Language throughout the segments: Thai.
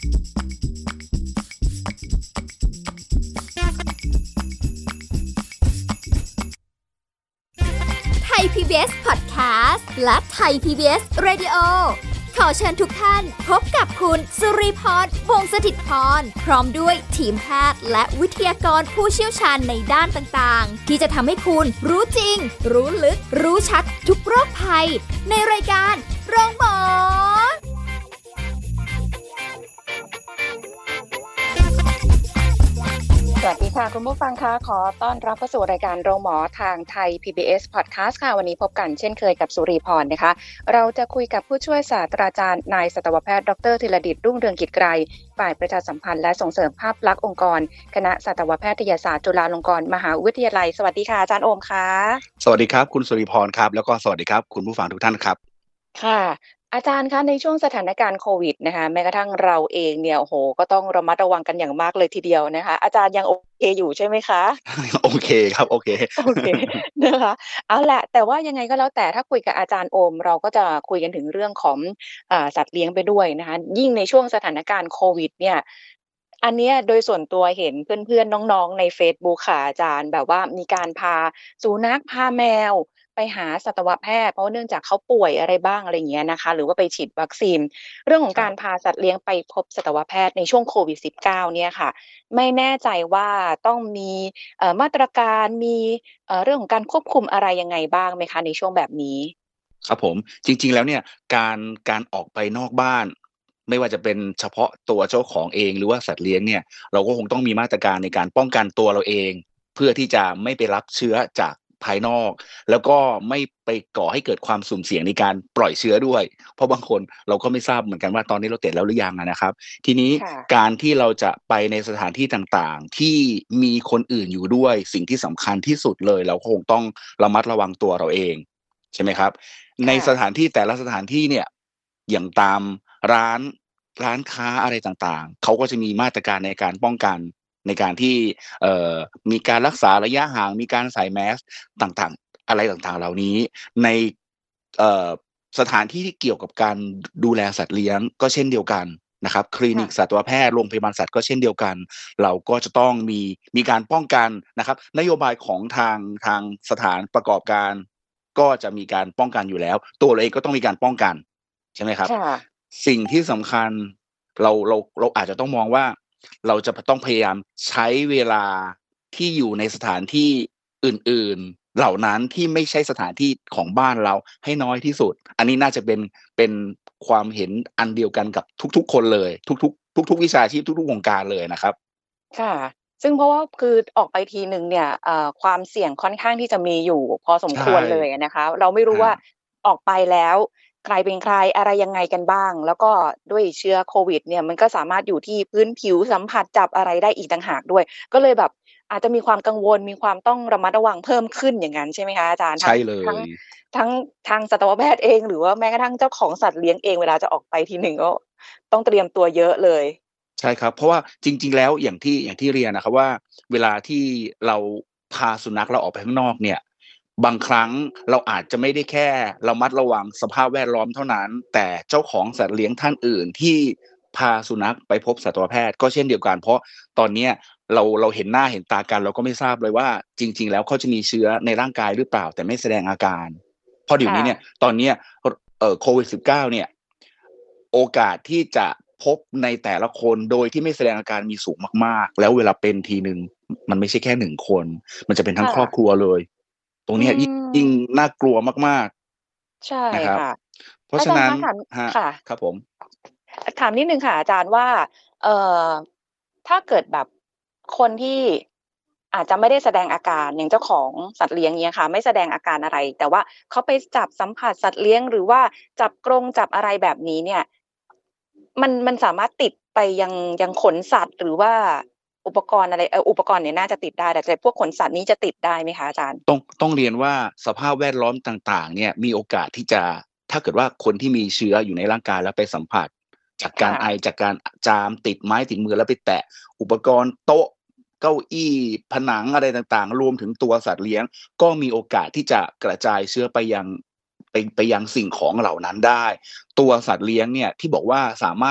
ไทย PBS Podcast และไทย PBS Radio ขอเชิญทุกท่านพบกับคุณสุริพร วงศ์สถิตพรพร้อมด้วยทีมแพทย์และวิทยากรผู้เชี่ยวชาญในด้านต่างๆที่จะทำให้คุณรู้จริงรู้ลึกรู้ชัดทุกโรคภัยในรายการโรงหมอสวัสดีค่ะคุณผู้ฟังคะขอต้อนรับเข้าสู่รายการโรงหมอทางไทย PBS Podcast ค่ะวันนี้พบกันเช่นเคยกับสุริพรนะคะเราจะคุยกับผู้ช่วยศาสตราจารย์นายสัตวแพทย์ดรธีรดิษฐ์รุ่งเรืองกิจไกรฝ่ายประชาสัมพันธ์และส่งเสริมภาพลักษณ์องค์กรคณะสัตวแพทยศาสตร์จุฬาลงกรณ์มหาวิทยาลัยสวัสดีค่ะอาจารย์โอมค่ะสวัสดีครับคุณสุริพรครับแล้วก็สวัสดีครับคุณผู้ฟังทุกท่านครับค่ะอาจารย์คะในช่วงสถานการณ์โควิดนะคะแม้กระทั่งเราเองเนี่ยโอ้โหก็ต้องระมัดระวังกันอย่างมากเลยทีเดียวนะคะอาจารย์ยังโอเคอยู่ใช่ไหมคะโอเคครับโอเคนะคะเอาแหละแต่ว่ายังไงก็แล้วแต่ถ้าคุยกับอาจารย์โอมเราก็จะคุยกันถึงเรื่องของสัตว์เลี้ยงไปด้วยนะคะยิ่งในช่วงสถานการณ์โควิดเนี่ยอันเนี้ยโดยส่วนตัวเห็นเพื่อนๆน้องๆในเฟซบุ๊กค่ะอาจารย์แบบว่ามีการพาสุนัขพาแมวไปหาสัตวแพทย์เพราะเนื่องจากเขาป่วยอะไรบ้างอะไรอย่างเงี้ยนะคะหรือว่าไปฉีดวัคซีนเรื่องของการพาสัตว์เลี้ยงไปพบสัตวแพทย์ในช่วงโควิด-19เนี่ยค่ะไม่แน่ใจว่าต้องมีมาตรการมีเรื่องของการควบคุมอะไรยังไงบ้างไหมคะในช่วงแบบนี้ครับผมจริงๆแล้วเนี่ยการออกไปนอกบ้านไม่ว่าจะเป็นเฉพาะตัวเจ้าของเองหรือว่าสัตว์เลี้ยงเนี่ยเราก็คงต้องมีมาตรการในการป้องกันตัวเราเองเพื่อที่จะไม่ไปรับเชื้อจากภายนอกแล้วก็ไม่ไปก่อให้เกิดความสุ่มเสี่ยงในการปล่อยเชื้อด้วยเพราะบางคนเราก็ไม่ทราบเหมือนกันว่าตอนนี้เราติดแล้วหรือยังนะครับทีนี้การที่เราจะไปในสถานที่ต่างๆที่มีคนอื่นอยู่ด้วยสิ่งที่สำคัญที่สุดเลยเราคงต้องระมัดระวังตัวเราเองใช่ไหมครับในสถานที่แต่ละสถานที่เนี่ยอย่างตามร้านร้านค้าอะไรต่างๆเขาก็จะมีมาตรการในการป้องกันในการที่มีการรักษาระยะห่างมีการใส่แมสต่างๆอะไรต่างๆเหล่านี้ในเอ่อสถานที่ที่เกี่ยวกับการดูแลสัตว์เลี้ยงก็เช่นเดียวกันนะครับคลินิกสัตวแพทย์โรงพยาบาลสัตว์ก็เช่นเดียวกันเราก็จะต้องมีการป้องกันนะครับนโยบายของทางสถานประกอบการก็จะมีการป้องกันอยู่แล้วตัวเราเองก็ต้องมีการป้องกันใช่ไหมครับสิ่งที่สำคัญเราอาจจะต้องมองว่าเราจะต้องพยายามใช้เวลาที่อยู่ในสถานที่อื่นๆเหล่านั้นที่ไม่ใช่สถานที่ของบ้านเราให้น้อยที่สุดอันนี้น่าจะเป็นความเห็นอันเดียวกันกับทุกๆคนเลยทุกๆวิชาชีพทุกๆวงการเลยนะครับค่ะซึ่งเพราะว่าคือออกไปทีหนึ่งเนี่ยความเสี่ยงค่อนข้างที่จะมีอยู่พอสมควรเลยอะนะคะเราไม่รู้ว่าออกไปแล้วใครเป็นใครอะไรยังไงกันบ้างแล้วก็ด้วยเชื้อโควิดเนี่ยมันก็สามารถอยู่ที่พื้นผิวสัมผัสจับอะไรได้อีกต่างหากด้วยก็เลยแบบอาจจะมีความกังวลมีความต้องระมัดระวังเพิ่มขึ้นอย่างงั้นใช่ไหมคะอาจารย์ใช่เลยทั้งทางสัตวแพทย์เองหรือว่าแม้กระทั่งเจ้าของสัตว์เลี้ยงเองเวลาจะออกไปทีหนึ่งก็ต้องเตรียมตัวเยอะเลยใช่ครับเพราะว่าจริงๆแล้วอย่างที่เรียนนะครับว่าเวลาที่เราพาสุนัขเราออกไปข้างนอกเนี่ยบางครั้งเราอาจจะไม่ได้แค่ระมัดระวังสภาพแวดล้อมเท่านั้นแต่เจ้าของสัตว์เลี้ยงท่านอื่นที่พาสุนัขไปพบสัตวแพทย์ก็เช่นเดียวกันเพราะตอนเนี้ยเราเห็นหน้าเห็นตากันเราก็ไม่ทราบเลยว่าจริงๆแล้วเขาจะมีเชื้อในร่างกายหรือเปล่าแต่ไม่แสดงอาการเพราะเดี๋ยวนี้เนี่ยตอนเนี้ยโควิด-19เนี่ยโอกาสที่จะพบในแต่ละคนโดยที่ไม่แสดงอาการมีสูงมากๆแล้วเวลาเป็นทีหนึ่งมันไม่ใช่แค่1คนมันจะเป็นทั้งครอบครัวเลยตรงเนี้ยยิ่งน่ากลัวมากใช่ๆนะครับค่ะเพราะฉะนั้นอาจารย์คะถามค่ะครับผมถามนิดหนึ่งค่ะอาจารย์ว่าเอ่อถ้าเกิดแบบคนที่อาจจะไม่ได้แสดงอาการอย่างเจ้าของสัตว์เลี้ยงเงี้ยค่ะไม่แสดงอาการอะไรแต่ว่าเขาไปจับสัมผัสสัตว์เลี้ยงหรือว่าจับกรงจับอะไรแบบนี้เนี่ยมันสามารถติดไปยังขนสัตว์หรือว่าอุปกรณ์อะไรอุปกรณ์เนี่ยน่าจะติดได้แต่พวกขนสัตว์นี้จะติดได้ไหมคะอาจารย์ต้องเรียนว่าสภาพแวดล้อมต่างๆเนี่ยมีโอกาสที่จะถ้าเกิดว่าคนที่มีเชื้ออยู่ในร่างกายแล้วไปสัมผัสจากการไอจากการจามติดไม้ติดมือแล้วไปแตะอุปกรณ์โต๊ะเก้าอี้ผนังอะไรต่างๆรวมถึงตัวสัตว์เลี้ยงก็มีโอกาสที่จะกระจายเชื้อไปยังสิ่งของเหล่านั้นได้ตัวสัตว์เลี้ยงเนี่ยที่บอกว่าสามารถ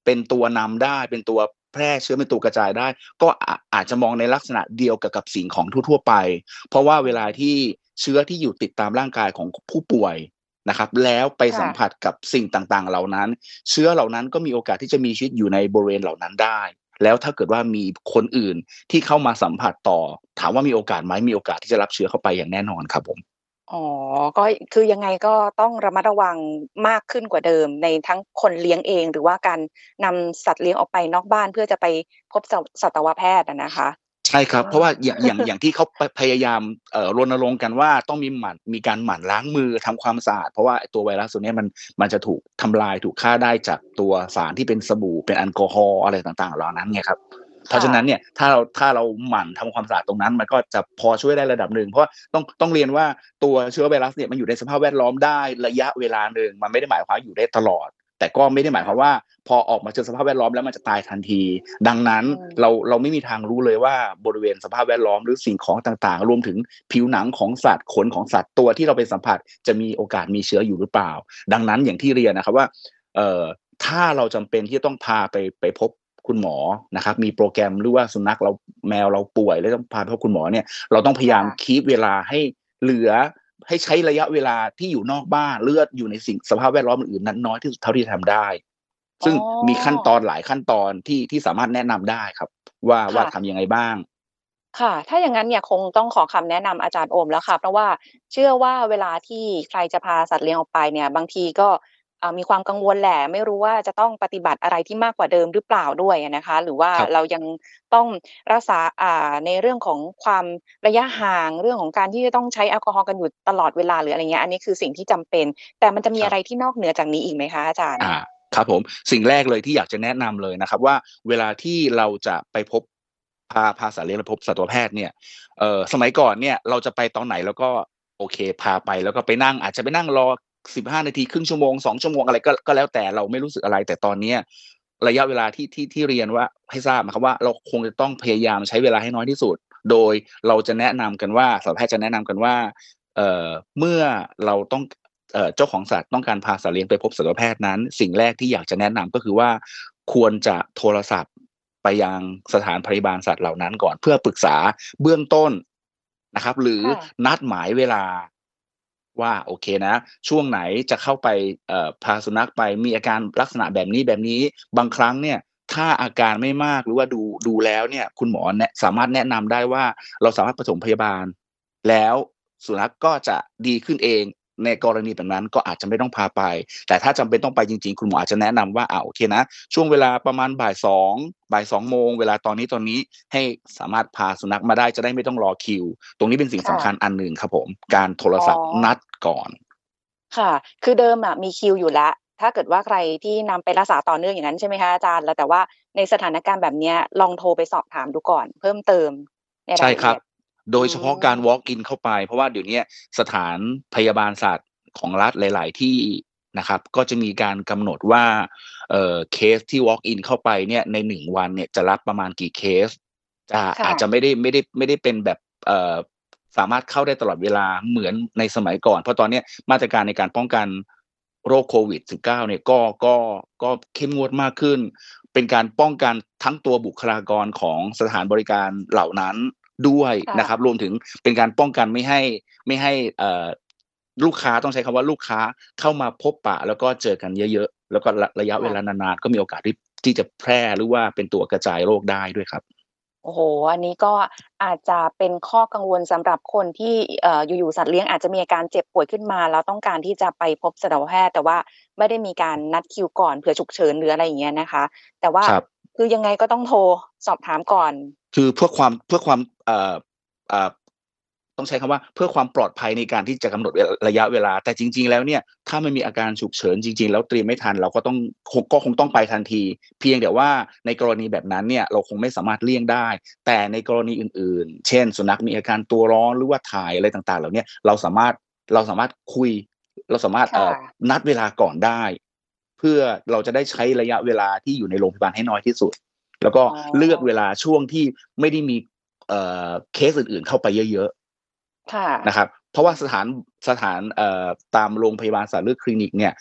เป็นตัวนำได้เป็นตัวแพร่เชื้อเป็นตัวกระจายได้ก็อาจจะมองในลักษณะเดียวกับสิ่งของทั่วๆไปเพราะว่าเวลาที่เชื้อที่อยู่ติดตามร่างกายของผู้ป่วยนะครับแล้วไปสัมผัสกับสิ่งต่างๆเหล่านั้นเชื้อเหล่านั้นก็มีโอกาสที่จะมีชีวิตอยู่ในบริเวณเหล่านั้นได้แล้วถ้าเกิดว่ามีคนอื่นที่เข้ามาสัมผัสต่อถามว่ามีโอกาสไหมมีโอกาสที่จะรับเชื้อเข้าไปอย่างแน่นอนครับผมอ๋อก็คือยังไงก็ต้องระมัดระวังมากขึ้นกว่าเดิมในทั้งคนเลี้ยงเองหรือว่าการนำสัตว์เลี้ยงออกไปนอกบ้านเพื่อจะไปพบสัตวแพทย์อะนะคะใช่ครับเพราะว่าอาอย่างที่เขาพยายามรณรงค์กันว่าต้องมีการหมั่นล้างมือทำความสะอาดเพราะว่าตัวไวรัสตัวนี้มันจะถูกทำลายถูกฆ่าได้จากตัวสารที่เป็นสบู่เป็นแอลกอฮอล์อะไรต่างๆเหล่านั้นไงครับเพราะค่ะฉะนั้นเนี่ยถ้าเราหมั่นทำความสะอาดตรงนั้นมันก็จะพอช่วยได้ระดับหนึ่งเพราะว่าต้องเรียนว่าตัวเชื้อไวรัสเนี่ยมันอยู่ในสภาพแวดล้อมได้ระยะเวลาหนึ่งมันไม่ได้หมายความอยู่ได้ตลอดแต่ก็ไม่ได้หมายความว่าพอออกมาเจอสภาพแวดล้อมแล้วมันจะตายทันทีดังนั้นอืเราไม่มีทางรู้เลยว่าบริเวณสภาพแวดล้อมหรือสิ่งของต่างๆรวมถึงผิวหนังของสัตว์ขนของสัตว์ตัวที่เราไปสัมผัสจะมีโอกาสมีเชื้ออยู่หรือเปล่าดังนั้นอย่างที่เรียนนะครับว่าถ้าเราจำเป็นที่จะต้องพาไปพบคุณหมอนะครับมีโปรแกรมหรือว่าสุนัขเราแมวเราป่วยแล้วต้องพาไปพบคุณหมอเนี่ยเราต้องพยายามค่ะคีปเวลาให้เหลือให้ใช้ระยะเวลาที่อยู่นอกบ้านเลือดอยู่ในสิ่งสภาพแวดล้อมอื่นๆนั้นน้อยที่สุดเท่าที่จะทำได้อ๋ซึ่งมีขั้นอตอนหลายขั้นตอนที่สามารถแนะนำได้ครับว่าค่ะทำยังไงบ้างค่ะถ้าอย่างงั้นเนี่ยคงต้องขอคำแนะนำอาจารย์โอมแล้วค่ะเพราะว่าเชื่อว่าเวลาที่ใครจะพาสัตว์เลี้ยงออกไปเนี่ยบางทีก็มีความกังวลแหละไม่รู้ว่าจะต้องปฏิบัติอะไรที่มากกว่าเดิมหรือเปล่าด้วยอะนะคะหรือว่าครับเรายังต้องรักษาในเรื่องของความระยะห่างเรื่องของการที่จะต้องใช้แอลกอฮอล์กันอยู่ตลอดเวลาหรืออะไรเงี้ยอันนี้คือสิ่งที่จำเป็นแต่มันจะมีครับอะไรที่นอกเหนือจากนี้อีกไหมคะอาจารย์ครับผมสิ่งแรกเลยที่อยากจะแนะนำเลยนะครับว่าเวลาที่เราจะไปพบพาสัตว์เลี้ยงไปพบสัตวแพทย์เนี่ยสมัยก่อนเนี่ยเราจะไปตอนไหนเราก็โอเคพาไปแล้วก็ไปนั่งอาจจะไปนั่งรอ15นาทีครึ่งชั่วโมง2ชั่วโมงอะไรก็แล้วแต่เราไม่รู้สึกอะไรแต่ตอนเนี้ยระยะเวลาที่เรียนว่าให้ทราบนะครับว่าเราคงจะต้องพยายามใช้เวลาให้น้อยที่สุดโดยเราจะแนะนำกันว่าสัตวแพทย์จะแนะนำกันว่าเมื่อเราต้อง เจ้าของสัตว์ต้องการพาสัตว์เลี้ยงไปพบสัตวแพทย์นั้นสิ่งแรกที่อยากจะแนะนำก็คือว่าควรจะโทรศัพท์ไปยังสถานพยาบาลสัตว์เหล่านั้นก่อนเพื่อปรึกษาเบื้องต้นนะครับหรือค่ะนัดหมายเวลาว่าโอเคนะช่วงไหนจะเข้าไปพาสุนัขไปมีอาการลักษณะแบบนี้บางครั้งเนี่ยถ้าอาการไม่มากหรือว่าดูแล้วเนี่ยคุณหมอสามารถแนะนำได้ว่าเราสามารถปฐมพยาบาลแล้วสุนัขก็จะดีขึ้นเองในกรณีแบบนั้นก็อาจจะไม่ต้องพาไปแต่ถ้าจำเป็นต้องไปจริงๆคุณหมออาจจะแนะนำว่าโอเคนะช่วงเวลาประมาณบ่ายสองโมงเวลาตอนนี้ให้สามารถพาสุนัขมาได้จะได้ไม่ต้องรอคิวตรงนี้เป็นสิ่งสำคัญค่ะอันหนึ่งครับผมการโทรอ๋อศัพท์นัดก่อนค่ะคือเดิมอะมีคิวอยู่แล้วถ้าเกิดว่าใครที่นำไปรักษาต่อเนื่องอย่างนั้นใช่ไหมคะอาจารย์แล้วแต่ว่าในสถานการณ์แบบเนี้ยลองโทรไปสอบถามดูก่อนเพิ่มเติมในราใช่ครับยละเอียดโดอืยเฉพาะมการ walk in เข้าไปเพราะว่าเดี๋ยวเนี้ยสถานพยาบาลสัตว์ของรัฐหลายๆที่นะครับก็จะมีการกำหนดว่าเคสที่ walk in เข้าไปเนี่ยใน1 วันเนี่ยจะรับประมาณกี่เคสอาจจะค่ะไม่ได้เป็นแบบสามารถเข้าได้ตลอดเวลาเหมือนในสมัยก่อนเพราะตอนเนี้ยมาตรการในการป้องกันโรคโควิด -19 เนี่ยก็เข้มงวดมากขึ้นเป็นการป้องกันทั้งตัวบุคลากรของสถานบริการเหล่านั้นด้วยนะครับค่ะรวมถึงเป็นการป้องกันไม่ให้ลูกค้าต้องใช้คำว่าลูกค้าเข้ามาพบปะแล้วก็เจอกันเยอะๆแล้วก็ระยะเวค่ะลานานๆก็มีโอกาสที่จะแพร่หรือว่าเป็นตัวกระจายโรคได้ด้วยครับโอ้โฮอันนี้ก็อาจจะเป็นข้อกังวลสำหรับคนที่อยู่ๆสัตว์เลี้ยงอาจจะมีอาการเจ็บป่วยขึ้นมาแล้วต้องการที่จะไปพบสัตวแพทย์แต่ว่าไม่ได้มีการนัดคิวก่อนเผื่อฉุกเฉินหรืออะไรอย่างเงี้ยนะคะแต่ว่าครับคือยังไงก็ต้องโทรสอบถามก่อนคือเพื่อความอ่าต้องใช้คำว่าเพื่อความปลอดภัยในการที่จะกำหนดระยะเวลาแต่จริงๆแล้วเนี่ยถ้ามันมีอาการฉุกเฉินจริงๆแล้วเตรียมไม่ทันเราก็คงต้องไปทันทีเพียงแต่ว่าในกรณีแบบนั้นเนี่ยเราคงไม่สามารถเลี่ยงได้แต่ในกรณีอื่นๆเช่นสุนัขมีอาการตัวร้อนหรือว่าถ่ายอะไรต่างๆเหล่าเนี้ยเราสามารถคุยเราสามารถค่ะนัดเวลาก่อนได้เพื่อเราจะได้ใช้ระยะเวลาที่อยู่ในโรงพยาบาลให้น้อยที่สุด แล้วก็อ๋อเลือกเวลาช่วงที่ไม่ได้มีเคสอื่นๆเข้าไปเยอะค่ะๆนะครับเพราะว่าสถานตามโรงพยาบาลสัตว์หรือคลินิกเนี่ย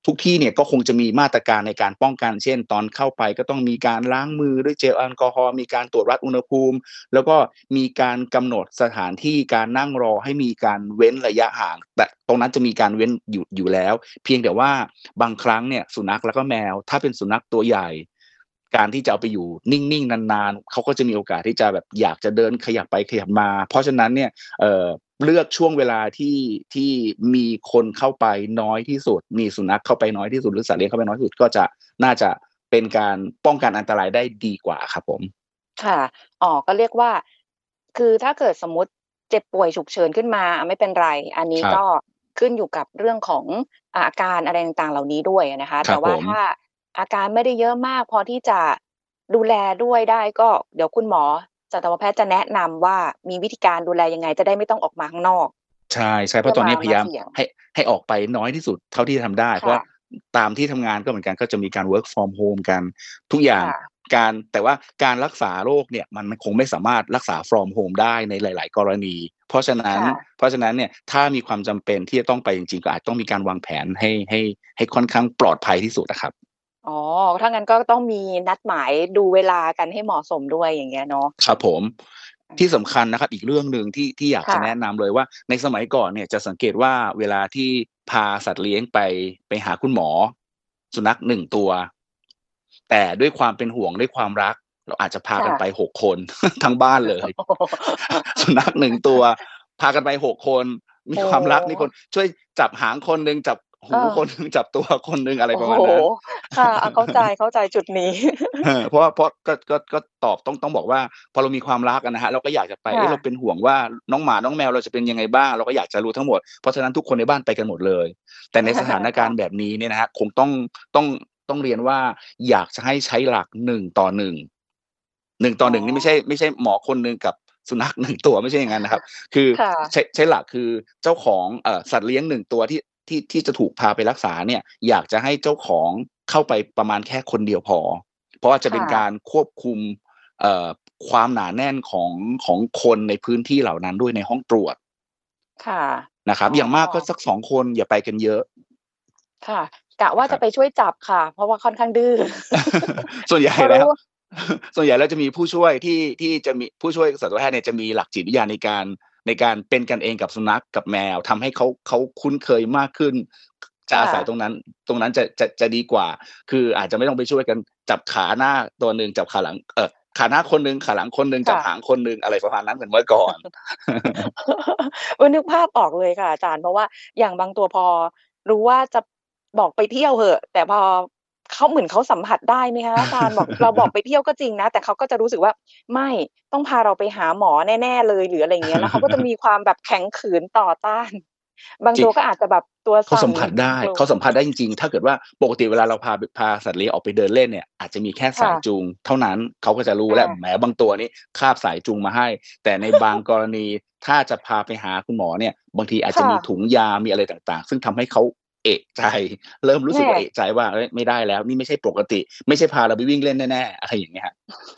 ทุกที่เนี่ยก็คงจะมีมาตรการในการป้องกันเช่นตอนเข้าไปก็ต้องมีการล้างมือด้วยเจลแอลกอฮอล์มีการตรวจวัดอุณหภูมิแล้วก็มีการกำหนดสถานที่การนั่งรอให้มีการเว้นระยะห่างแต่ตรงนั้นจะมีการเว้นอยู่แล้วเพียงแต่ว่าบางครั้งเนี่ยสุนัขแล้วก็แมวถ้าเป็นสุนัขตัวใหญ่การที่จะเอาไปอยู่นิ่งๆนานๆเขาก็จะมีโอกาสที่จะแบบอยากจะเดินขยับไปขยับมาเพราะฉะนั้นเนี่ยเลือกช่วงเวลาที่มีคนเข้าไปน้อยที่สุดมีสุนัขเข้าไปน้อยที่สุดหรือสัตว์เลี้ยงเข้าไปน้อยที่สุดก็จะน่าจะเป็นการป้องกันอันตรายได้ดีกว่าครับผมค่ะก็เรียกว่าคือถ้าเกิดสมมุติเจ็บป่วยฉุกเฉินขึ้นมาไม่เป็นไรอันนี้ก็ขึ้นอยู่กับเรื่องของอาการอะไรต่างๆเหล่านี้ด้วยนะคะแต่ว่าถ้าอาการไม่ได้เยอะมากพอที่จะดูแลด้วยได้ก็เดี๋ยวคุณหมอสัตวแพทย์จะแนะนำว่ามีวิธีการดูแลยังไงจะได้ไม่ต้องออกมาข้างนอกใช่เพราะตอนนี้พยายามให้ออกไปน้อยที่สุดเท่าที่จะทำได้เพราะตามที่ทำงานก็เหมือนกันก็จะมีการ work from home กันทุกอย่างแต่ว่าการรักษาโรคเนี่ยมันคงไม่สามารถรักษา from home ได้ในหลายๆกรณีเพราะฉะนั้นเนี่ยถ้ามีความจำเป็นที่จะต้องไปจริงๆก็อาจต้องมีการวางแผนให้ค่อนข้างปลอดภัยที่สุดนะครับถ้างั้นก็ต้องมีนัดหมายดูเวลากันให้เหมาะสมด้วยอย่างเงี้ยเนาะครับผมที่สำคัญนะครับอีกเรื่องนึงที่อยากจะแนะนำเลยว่าในสมัยก่อนเนี่ยจะสังเกตว่าเวลาที่พาสัตว์เลี้ยงไปหาคุณหมอสุนัข1ตัวแต่ด้วยความเป็นห่วงด้วยความรักเราอาจจะพากันไป6คนทั้งบ้านเลยสุนัข1ตัวพากันไป6คนมีความรักมีคนช่วยจับหางคนนึงจับหูคนนึงจับตัวคนนึงอะไรประมาณนั้นค่ะเข้าใจจุดนี้เพราะก็ตอบต้องบอกว่าพอเรามีความรักนะฮะเราก็อยากจะไปเราเป็นห่วงว่าน้องหมาน้องแมวเราจะเป็นยังไงบ้างเราก็อยากจะรู้ทั้งหมดเพราะฉะนั้นทุกคนในบ้านไปกันหมดเลยแต่ในสถานการณ์แบบนี้เนี่ยนะฮะคงต้องเรียนว่าอยากจะให้ใช้หลัก1 ต่อ 1นี่ไม่ใช่หมอคนนึงกับสุนัข1ตัวไม่ใช่อย่างนั้นนะครับคือใช้หลักคือเจ้าของสัตว์เลี้ยง1ตัวที่จะถูกพาไปรักษาเนี่ยอยากจะให้เจ้าของเข้าไปประมาณแค่คนเดียวพอเพราะว่าจะเป็นการควบคุมความหนาแน่นของคนในพื้นที่เหล่านั้นด้วยในห้องตรวจนะครับอย่างมากก็สัก2 คนอย่าไปกันเยอะค่ะกะว่าจะไปช่วยจับค่ะเพราะว่าค่อนข้างดื้อส่วนใหญ่แล้วจะมีผู้ช่วยที่จะมีผู้ช่วยสัตวแพทย์เนี่ยจะมีหลักจิตวิทยาในการเป็นกันเองกับสุนัขกับแมวทำให้เขาคุ้นเคยมากขึ้นจะอาศัยตรงนั้นจะดีกว่าคืออาจจะไม่ต้องไปช่วยกันจับขาหน้าตัวนึงจับขาหลังขาหน้าคนนึงขาหลังคนนึงจับหางคนนึงอะไรประมาณนั้นเหมือนเมื่อก่อนนึกภาพออกเลยค่ะอาจารย์เพราะว่าอย่างบางตัวพอรู้ว่าจะบอกไปเที่ยวเหอะแต่พอเขาเหมือนเขาสัมผัสได้ไหมคะอาจารย์บอกเราบอกไปเที่ยวก็จริงนะแต่เขาก็จะรู้สึกว่าไม่ต้องพาเราไปหาหมอแน่ๆเลยหรืออะไรเงี้ยแล้วเขาก็จะมีความแบบแข็งขืนต่อต้านบางตัวก็อาจจะแบบตัวสั่นเขาสัมผัสได้จริงๆถ้าเกิดว่าปกติเวลาเราพาสัตว์เลี้ยงออกไปเดินเล่นเนี่ยอาจจะมีแค่สายจูงเท่านั้นเขาก็จะรู้แล้วแหมบางตัวนี้คาบสายจูงมาให้แต่ในบางกรณีถ้าจะพาไปหาคุณหมอเนี่ยบางทีอาจจะมีถุงยามีอะไรต่างๆซึ่งทำให้เขาเอะใจเริ่มรู้สึกว่าเอะใจว่าไม่ได้แล้วนี่ไม่ใช่ปกติไม่ใช่พาเราไปวิ่งเล่นแน่ๆอะไรอย่างเงี้ย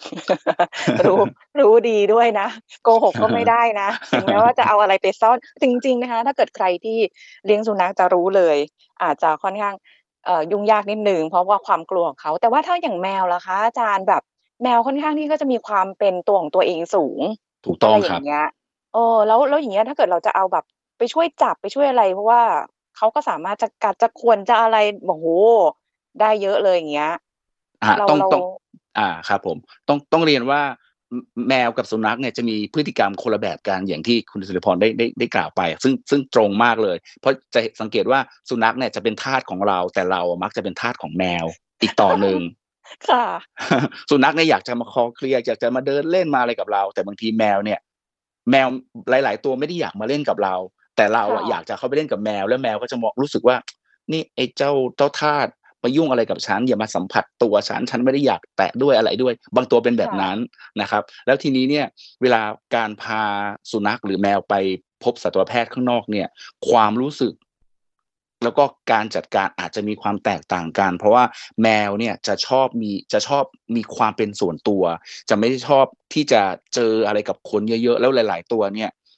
รู้ดีด้วยนะโกหกก็ไม่ได้นะถึงแม้ว่าจะเอาอะไรไปซ่อนจริงๆนะคะถ้าเกิดใครที่เลี้ยงสุนัขจะรู้เลยอาจจะค่อนข้างยุ่งยากนิดนึงเพราะว่าความกลัวของเขาแต่ว่าถ้าอย่างแมวล่ะคะอาจารย์แบบแมวค่อนข้างที่ก็จะมีความเป็นตัวของตัวเองสูงถูกต้องครับอย่างเงี้ยแล้วอย่างเงี้ยถ้าเกิดเราจะเอาแบบไปช่วยจับไปช่วยอะไรเพราะว่าเขาก็สามารถจะกัดจะข่วนจะอะไรโอ้โหได้เยอะเลยอย่างเงี้ยต้องครับผมต้องเรียนว่าแมวกับสุนัขเนี่ยจะมีพฤติกรรมคนละแบบกันอย่างที่คุณศิริพรได้กล่าวไปซึ่งตรงมากเลยเพราะจะสังเกตว่าสุนัขเนี่ยจะเป็นทาสของเราแต่เรามักจะเป็นทาสของแมวอีกต่อหนึ่งค่ะสุนัขเนี่ยอยากจะมาคอเคลียร์อยากจะมาเดินเล่นมาอะไรกับเราแต่บางทีแมวหลายๆตัวไม่ได้อยากมาเล่นกับเราแต่เราอยากจะเข้าไปเล่นกับแมวแล้วแมวก็จะรู้สึกว่านี่ไอ้เจ้าทาสมายุ่งอะไรกับฉันอย่ามาสัมผัสตัวฉันไม่ได้อยากแตะด้วยอะไรด้วยบางตัวเป็นแบบนั้นนะครับแล้วทีนี้เนี่ยเวลาการพาสุนัขหรือแมวไปพบสัตวแพทย์ข้างนอกเนี่ยความรู้สึกแล้วก็การจัดการอาจจะมีความแตกต่างกันเพราะว่าแมวเนี่ยจะชอบมีความเป็นส่วนตัวจะไม่ได้ชอบที่จะเจออะไรกับคนเยอะๆแล้วหลายๆตัวเนี่ย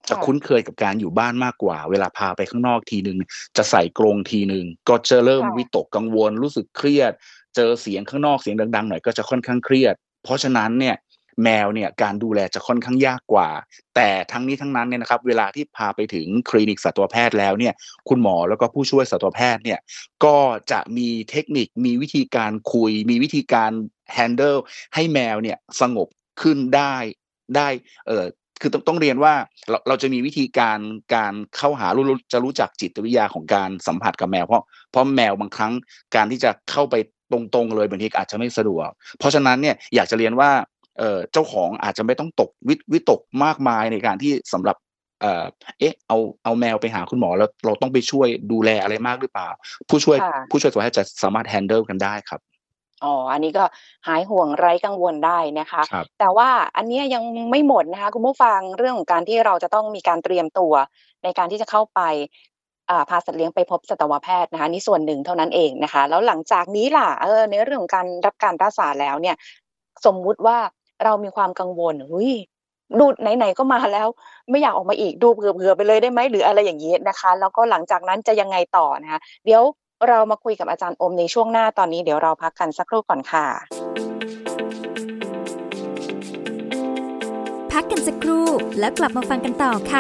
จะคุ้นเคยกับการอยู่บ้านมากกว่าเวลาพาไปข้างนอกทีนึงจะใส่กรงทีนึงก็จะเริ่มวิตกกังวลรู้สึกเครียดเจอเสียงข้างนอกเสียงดังๆหน่อยก็จะค่อนข้างเครียดเพราะฉะนั้นเนี่ยแมวเนี่ยการดูแลจะค่อนข้างยากกว่าแต่ทั้งนี้ทั้งนั้นเนี่ยนะครับเวลาที่พาไปถึงคลินิกสัตวแพทย์แล้วเนี่ยคุณหมอแล้วก็ผู้ช่วยสัตวแพทย์เนี่ยก็จะมีเทคนิคมีวิธีการคุยมีวิธีการ handle ให้แมวเนี่ยสงบขึ้นได้คือต้องเรียนว่าเราจะมีวิธีการเข้าหาจะรู้จักจิตวิทยาของการสัมผัสกับแมวเพราะแมวบางครั้งการที่จะเข้าไปตรงๆเลยบางทีอาจจะไม่สะดวกเพราะฉะนั้นเนี่ยอยากจะเรียนว่าเจ้าของอาจจะไม่ต้องตกวิตกมากมายในการที่สำหรับเอาแมวไปหาคุณหมอแล้วเราต้องไปช่วยดูแลอะไรมากหรือเปล่าผู้ช่วยสัตวแพทย์จะสามารถ handle กันได้ครับอันนี้ก็หายห่วงไร้กังวลได้นะคะแต่ว่าอันนี้ยังไม่หมดนะคะคุณผู้ฟังเรื่องของการที่เราจะต้องมีการเตรียมตัวในการที่จะเข้าไปพาสัตว์เลี้ยงไปพบสัตวแพทย์นะคะนี่ส่วนหนึ่งเท่านั้นเองนะคะแล้วหลังจากนี้ล่ะในเรื่องของการรับการรักษาแล้วเนี่ยสมมุติว่าเรามีความกังวลดูไหนๆก็มาแล้วไม่อยากออกมาอีกดูเผื่อๆไปเลยได้ไหมหรืออะไรอย่างงี้นะคะแล้วก็หลังจากนั้นจะยังไงต่อนะคะเดี๋ยวเรามาคุยกับอาจารย์อมในช่วงหน้าตอนนี้เดี๋ยวเราพักกันสักครู่ก่อนค่ะพักกันสักครู่แล้วกลับมาฟังกันต่อค่ะ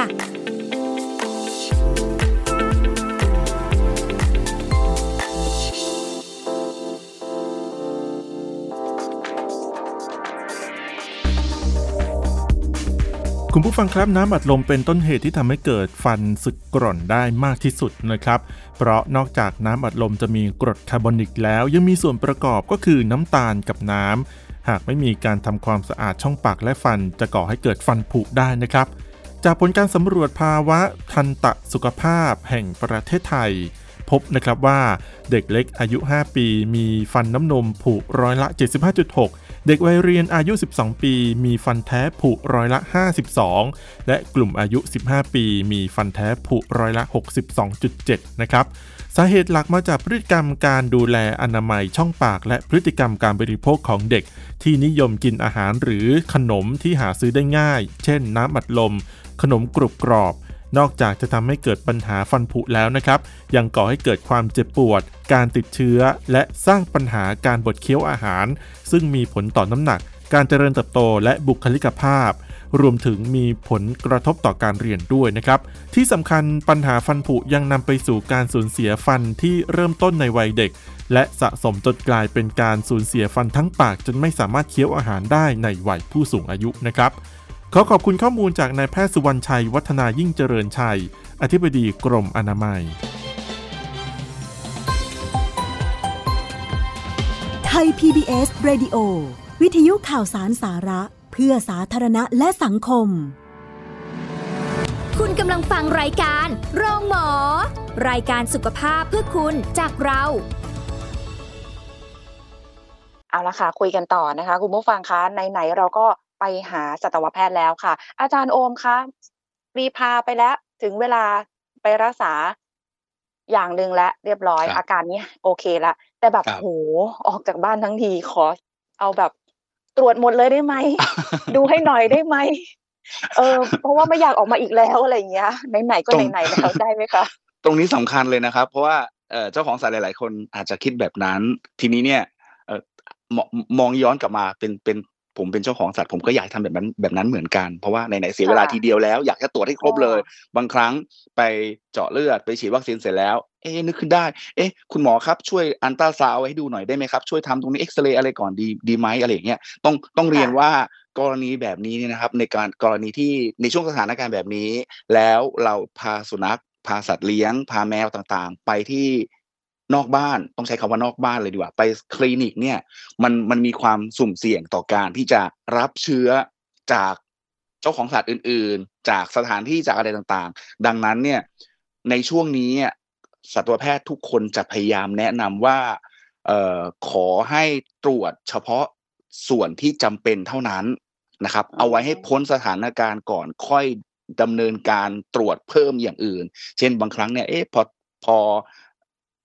คุณผู้ฟังครับน้ำอัดลมเป็นต้นเหตุที่ทำให้เกิดฟันสึกกร่อนได้มากที่สุดนะครับเพราะนอกจากน้ำอัดลมจะมีกรดคาร์บอนิกแล้วยังมีส่วนประกอบก็คือน้ำตาลกับน้ำหากไม่มีการทำความสะอาดช่องปากและฟันจะก่อให้เกิดฟันผุได้นะครับจากผลการสำรวจภาวะทันตสุขภาพแห่งประเทศไทยพบนะครับว่าเด็กเล็กอายุ 5 ปีมีฟันน้ำนมผุร้อยละ 75.6 เด็กวัยเรียนอายุ 12 ปีมีฟันแท้ผุร้อยละ 52 และกลุ่มอายุ 15 ปีมีฟันแท้ผุร้อยละ 62.7 นะครับสาเหตุหลักมาจากพฤติกรรมการดูแลอนามัยช่องปากและพฤติกรรมการบริโภคของเด็กที่นิยมกินอาหารหรือขนมที่หาซื้อได้ง่ายเช่นน้ำอัดลมขนมกรุบกรอบนอกจากจะทำให้เกิดปัญหาฟันผุแล้วนะครับยังก่อให้เกิดความเจ็บปวดการติดเชื้อและสร้างปัญหาการบดเคี้ยวอาหารซึ่งมีผลต่อน้ำหนักการเจริญเติบโตและบุคลิกภาพรวมถึงมีผลกระทบต่อการเรียนด้วยนะครับที่สำคัญปัญหาฟันผุยังนำไปสู่การสูญเสียฟันที่เริ่มต้นในวัยเด็กและสะสมจนกลายเป็นการสูญเสียฟันทั้งปากจนไม่สามารถเคี้ยวอาหารได้ในวัยผู้สูงอายุนะครับขอบคุณข้อมูลจากนายแพทย์สุวรรณชัยวัฒนายิ่งเจริญชัยอธิบดีกรมอนามัยไทย PBS Radio วิทยุข่าวสารสาระเพื่อสาธารณะและสังคมคุณกำลังฟังรายการโรงหมอรายการสุขภาพเพื่อคุณจากเราเอาละค่ะคุยกันต่อนะคะคุณผู้ฟังคะไหนๆเราก็ไปหาสัตวแพทย์แล้วค่ะอาจารย์โอมคะรีพาไปแล้วถึงเวลาไปรักษาอย่างนึงแล้วเรียบร้อยอาการนี้โอเคแล้วแต่แบบโหออกจากบ้านทั้งทีขอเอาแบบตรวจหมดเลยได้ไหม ดูให้หน่อยได้ไหมเพราะว่าไม่อยากออกมาอีกแล้วอะไรอย่างเงี้ยไหนๆก็ไหนๆแล้วได้ไหมคะตรงนี้สำคัญเลยนะครับเพราะว่าเจ้าของสัตว์หลายๆคนอาจจะคิดแบบนั้นทีนี้เนี่ยมองย้อนกลับมาเป็นผมเป็นเจ้าของสัตว์ผมก็อยากทำแบบนั้นเหมือนกันเพราะว่าไหนๆเสียเวลาทีเดียวแล้วอยากจะตรวจให้ครบเลยบางครั้งไปเจาะเลือดไปฉีดวัคซีนเสร็จแล้วนึกขึ้นได้คุณหมอครับช่วยอัลตราซาวด์ให้ดูหน่อยได้ไหมครับช่วยทำตรงนี้เอ็กซเรย์อะไรก่อนดีไหมอะไรอย่างเงี้ยต้องเรียนว่ากรณีแบบนี้เนี่ยนะครับในกรณีที่ในช่วงสถานการณ์แบบนี้แล้วเราพาสุนัขพาสัตว์เลี้ยงพาแมวต่างๆไปที่นอกบ้านต้องใช้คำว่านอกบ้านเลยดีกว่าไปคลินิกเนี่ยมันมีความสุ่มเสี่ยงต่อการที่จะรับเชื้อจากเจ้าของสัตว์อื่นๆจากสถานที่จากอะไรต่างๆดังนั้นเนี่ยในช่วงนี้สัตวแพทย์ทุกคนจะพยายามแนะนำว่าขอให้ตรวจเฉพาะส่วนที่จำเป็นเท่านั้นนะครับเอาไว้ให้พ้นสถานการณ์ก่อนค่อยดำเนินการตรวจเพิ่มอย่างอื่นเช่นบางครั้งเนี่ยพอ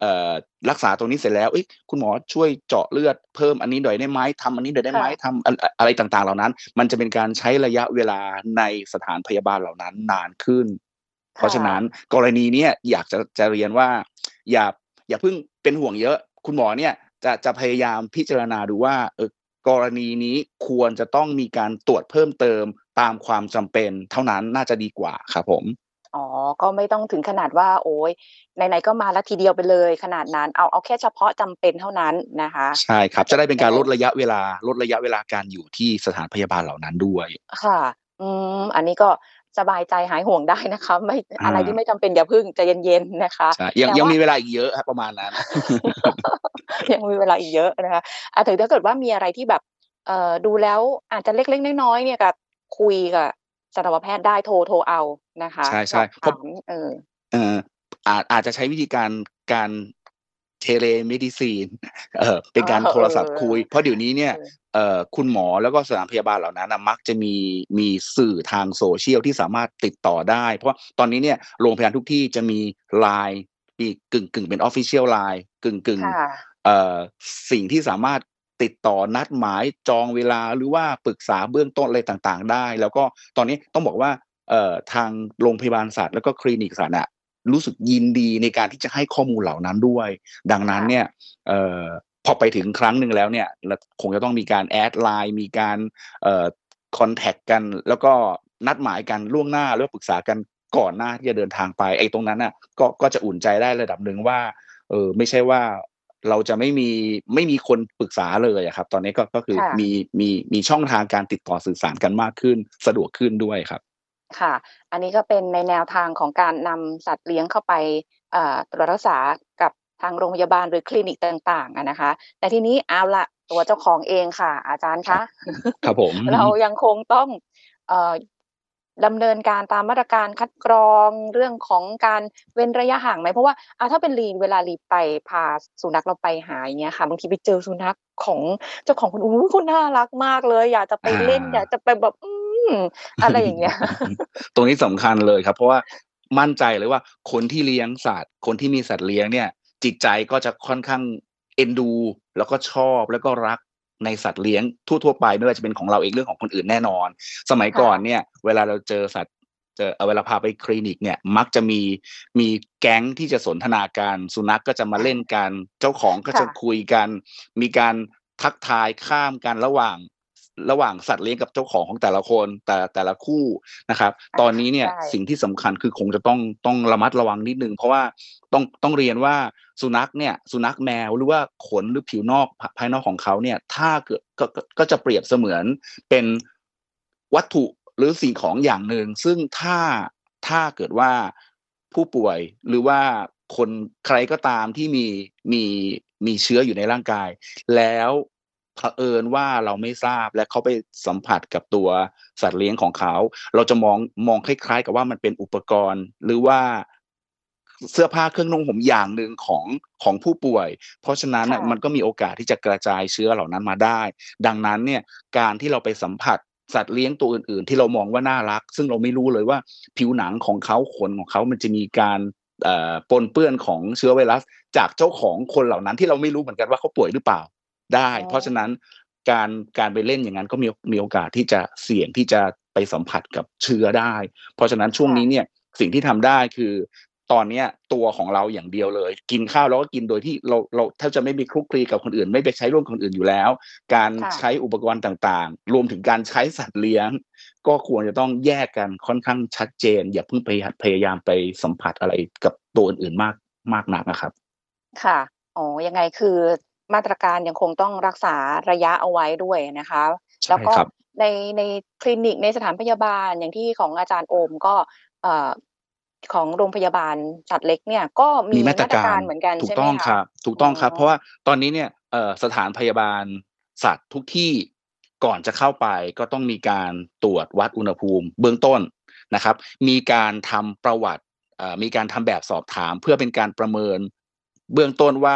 รักษาตรงนี้เสร็จแล้วคุณหมอช่วยเจาะเลือดเพิ่มอันนี้หน่อยได้ไหมทำอันนี้หน่อยได้ไหมทำอะไรต่างๆเหล่านั้นมันจะเป็นการใช้ระยะเวลาในสถานพยาบาลเหล่านั้นนานขึ้นเพราะฉะนั้นกรณีนี้อยากจะเรียนว่าอย่าเพิ่งเป็นห่วงเยอะคุณหมอเนี่ยจะพยายามพิจารณาดูว่ากรณีนี้ควรจะต้องมีการตรวจเพิ่มเติมตามความจำเป็นเท่านั้นน่าจะดีกว่าครับผมก็ไม่ต้องถึงขนาดว่าโอ๊ยไหนๆก็มาแล้วทีเดียวไปเลยขนาดนั้นเอาแค่เฉพาะจำเป็นเท่านั้นนะคะใช่ครับจะได้เป็นการลดระยะเวลาการอยู่ที่สถานพยาบาลเหล่านั้นด้วยค่ะอันนี้ก็สบายใจหายห่วงได้นะคะไม่อะไรที่ไม่จำเป็นอย่าพึ่งใจเย็นๆนะคะใช่ยังมีเวลาอีกเยอะครับประมาณนั้นยังมีเวลาอีกเยอะนะคะถึงถ้าเกิดว่ามีอะไรที่แบบดูแล้วอาจจะเล็กๆน้อยๆเนี่ยกับคุยกับสัตวแพทย์ได้โทรเอานะคะใช่ๆเพราะอาจจะใช้วิธีการเทเลเมดิซีนเป็นการโทรศัพท์คุยเพราะเดี๋ยวนี้เนี่ยคุณหมอแล้วก็สถานพยาบาลเหล่านั้นมักจะมีสื่อทางโซเชียลที่สามารถติดต่อได้เพราะตอนนี้เนี่ยโรงพยาบาลทุกที่จะมี LINE มีกึ่งเป็น Official LINE กึ่งสิ่งที่สามารถติดต่อนัดหมายจองเวลาหรือว่าปรึกษาเบื้องต้นอะไรต่างๆได้แล้วก็ตอนนี้ต้องบอกว่าทางโรงพยาบาลสัตว์แล้วก็คลินิกสัตว์รู้สึกยินดีในการที่จะให้ข้อมูลเหล่านั้นด้วยดังนั้นเนี่ยพอไปถึงครั้งหนึ่งแล้วเนี่ยคงจะต้องมีการแอดไลน์มีการคอนแทคกันแล้วก็นัดหมายกันล่วงหน้าแล้วปรึกษากันก่อนหน้าที่จะเดินทางไปตรงนั้นน่ะก็จะอุ่นใจได้ระดับหนึ่งว่าไม่ใช่ว่าเราจะไม่มีคนปรึกษาเลยครับตอนนี้ก็คือมีช่องทางการติดต่อสื่อสารกันมากขึ้นสะดวกขึ้นด้วยครับค่ะอันนี้ก็เป็นในแนวทางของการนำสัตว์เลี้ยงเข้าไปตรวจรักษากับทางโรงพยาบาลหรือคลินิกต่างๆนะคะแต่ทีนี้เอาละตัวเจ้าของเองค่ะอาจารย์คะครับผมเรายังคงต้องดำเนินการตามมาตรการคัดกรองเรื่องของการเว้นระยะห่างไหมเพราะว่าถ้าเป็นเวลาลีไปพาสุนัขเราไปหาอย่างเงี้ยค่ะบางทีไปเจอสุนัขของเจ้าของคุณคุณน่ารักมากเลยอยากจะไปเล่นอยากจะไปแบบอะไรอย่างเงี้ยตรงนี้สำคัญเลยครับเพราะว่ามั่นใจเลยว่าคนที่เลี้ยงสัตว์คนที่มีสัตว์เลี้ยงเนี่ยจิตใจก็จะค่อนข้างเอ็นดูแล้วก็ชอบแล้วก็รักในสัตว์เลี้ยงทั่วๆไปไม่ว่าจะเป็นของเราเองเรื่องของคนอื่นแน่นอนสมัยก่อนเนี่ยเวลาเราเจอสัตว์เวลาพาไปคลินิกเนี่ยมักจะมีแก๊งที่จะสนทนากันสุนัขก็จะมาเล่นกันเจ้าของก็จะคุยกันมีการทักทายข้ามกันระหว่างสัตว์เลี้ยงกับเจ้าของแต่ละคนแต่ละคู่นะครับตอนนี้เนี่ยสิ่งที่สำคัญคือคงจะต้องระมัดระวังนิดนึงเพราะว่าต้องเรียนว่าสุนัขแมวหรือว่าขนหรือผิวนอกภายนอกของเขาเนี่ยถ้าเกิดก็จะเปรียบเสมือนเป็นวัตถุหรือสิ่งของอย่างหนึ่งซึ่งถ้าเกิดว่าผู้ป่วยหรือว่าคนใครก็ตามที่มีเชื้ออยู่ในร่างกายแล้วเผอิญว่าเราไม่ทราบและเขาไปสัมผัสกับตัวสัตว์เลี้ยงของเขาเราจะมองคล้ายๆกับว่ามันเป็นอุปกรณ์หรือว่าเสื้อผ้าเครื่องนุ่งห่มอย่างหนึ่งของผู้ป่วยเพราะฉะนั้นมันก็มีโอกาสที่จะกระจายเชื้อเหล่านั้นมาได้ดังนั้นเนี่ยการที่เราไปสัมผัสสัตว์เลี้ยงตัวอื่นๆที่เรามองว่าน่ารักซึ่งเราไม่รู้เลยว่าผิวหนังของเขาขนของเขามันจะมีการปนเปื้อนของเชื้อไวรัสจากเจ้าของคนเหล่านั้นที่เราไม่รู้เหมือนกันว่าเขาป่วยหรือเปล่าได้เพราะฉะนั้นการไปเล่นอย่างนั้นก็มีโอกาสที่จะเสี่ยงที่จะไปสัมผัสกับเชื้อได้เพราะฉะนั้นช่วงนี้เนี่ยสิ่งที่ทำได้คือตอนนี้ตัวของเราอย่างเดียวเลยกินข้าวแล้วก็กินโดยที่เราแทบจะไม่มีคลุกคลีกับคนอื่นไม่ไปใช้ร่วมกับคนอื่นอยู่แล้วการใช้อุปกรณ์ต่างๆรวมถึงการใช้สัตว์เลี้ยงก็ควรจะต้องแยกกันค่อนข้างชัดเจนอย่าเพิ่งพยายามไปสัมผัสอะไรกับตัวอื่นๆมากนักนะครับค่ะยังไงคือมาตรการยังคงต้องรักษาระยะเอาไว้ด้วยนะคะแล้วก็ในคลินิกในสถานพยาบาลอย่างที่ของอาจารย์โอมก็ของโรงพยาบาลสัตว์เล็กเนี่ยก็มีมาตรการเหมือนกันใช่ไหมคะถูกต้องครับเพราะว่าตอนนี้เนี่ยสถานพยาบาลสัตว์ทุกที่ก่อนจะเข้าไปก็ต้องมีการตรวจวัดอุณหภูมิเบื้องต้นนะครับมีการทำประวัติมีการทำแบบสอบถามเพื่อเป็นการประเมินเบื้องต้นว่า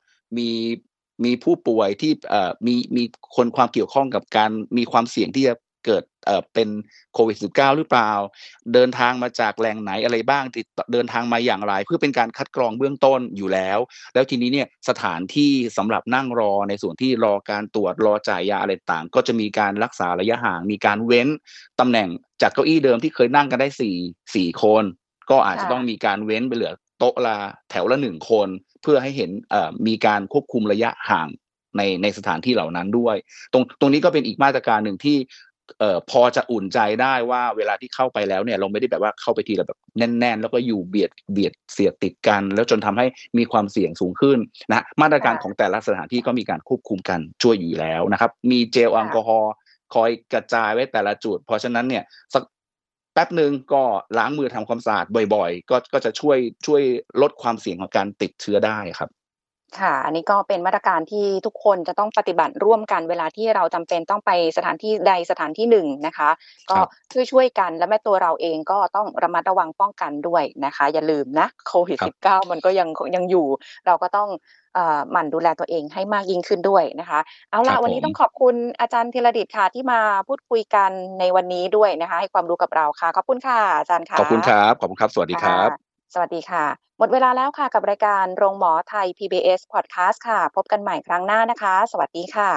มีผู้ป่วยที่มีคนความเกี่ยวข้องกับการมีความเสี่ยงที่จะเกิดเป็นโควิด-19 หรือเปล่าเดินทางมาจากแหล่งไหนอะไรบ้างเดินทางมาอย่างไรเพื่อเป็นการคัดกรองเบื้องต้นอยู่แล้วทีนี้เนี่ยสถานที่สำหรับนั่งรอในส่วนที่รอการตรวจรอจ่ายยาอะไรต่างก็จะมีการรักษาระยะห่างมีการเว้นตำแหน่งจากเก้าอี้เดิมที่เคยนั่งกันได้4คนก็อาจจะต้องมีการเว้นไปเหลือโต๊ะละแถวละ1คนเพื่อให้เห็นมีการควบคุมระยะห่างในสถานที่เหล่านั้นด้วยตรงนี้ก็เป็นอีกมาตรการหนึ่งที่พอจะอุ่นใจได้ว่าเวลาที่เข้าไปแล้วเนี่ยเราไม่ได้แบบว่าเข้าไปทีละแบบแน่นๆแล้วก็อยู่เบียดเสียดติดกันแล้วจนทำให้มีความเสี่ยงสูงขึ้นนะมาตรการของแต่ละสถานที่ก็มีการควบคุมกันช่วยอยู่แล้วนะครับมีเจลแอลกอฮอล์คอยกระจายไว้แต่ละจุดเพราะฉะนั้นเนี่ยสักแป๊บนึงก็ล้างมือทำความสะอาดบ่อยๆก็จะช่วยลดความเสี่ยงของการติดเชื้อได้ครับค่ะอันนี้ก็เป็นมาตรการที่ทุกคนจะต้องปฏิบัติร่วมกันเวลาที่เราจำเป็นต้องไปสถานที่ใดสถานที่หนึ่งนะคะก็ช่วยกันและแม้ตัวเราเองก็ต้องระมัดระวังป้องกันด้วยนะคะอย่าลืมนะโควิด-19 มันก็ยังอยู่เราก็ต้องหมั่นดูแลตัวเองให้มากยิ่งขึ้นด้วยนะคะเอาล่ะวันนี้ต้องขอบคุณอาจารย์ธีรดิษฐ์ค่ะที่มาพูดคุยกันในวันนี้ด้วยนะคะให้ความรู้กับเราค่ะขอบคุณค่ะอาจารย์ค่ะขอบคุณครับสวัสดีครับสวัสดีค่ะหมดเวลาแล้วค่ะกับรายการโรงหมอไทย PBS Podcast ค่ะพบกันใหม่ครั้งหน้านะคะสวัสดีค่ะ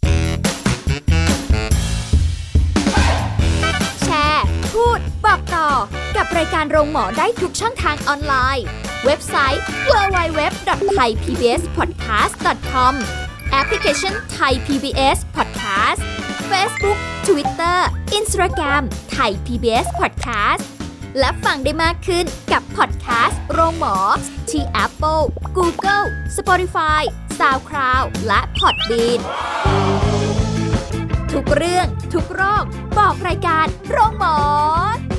แชร์พูดบอกต่อกับรายการโรงหมอได้ทุกช่องทางออนไลน์เว็บไซต์ www.thaipbspodcast.com แอปพลิเคชัน Thai PBS Podcast Facebook Twitter Instagram Thai PBS Podcastและฟังได้มากขึ้นกับพอดแคสต์โรงหมอที่ Apple, Google, Spotify, SoundCloud และ Podbean ทุกเรื่องทุกโรคบอกรายการโรงหมอ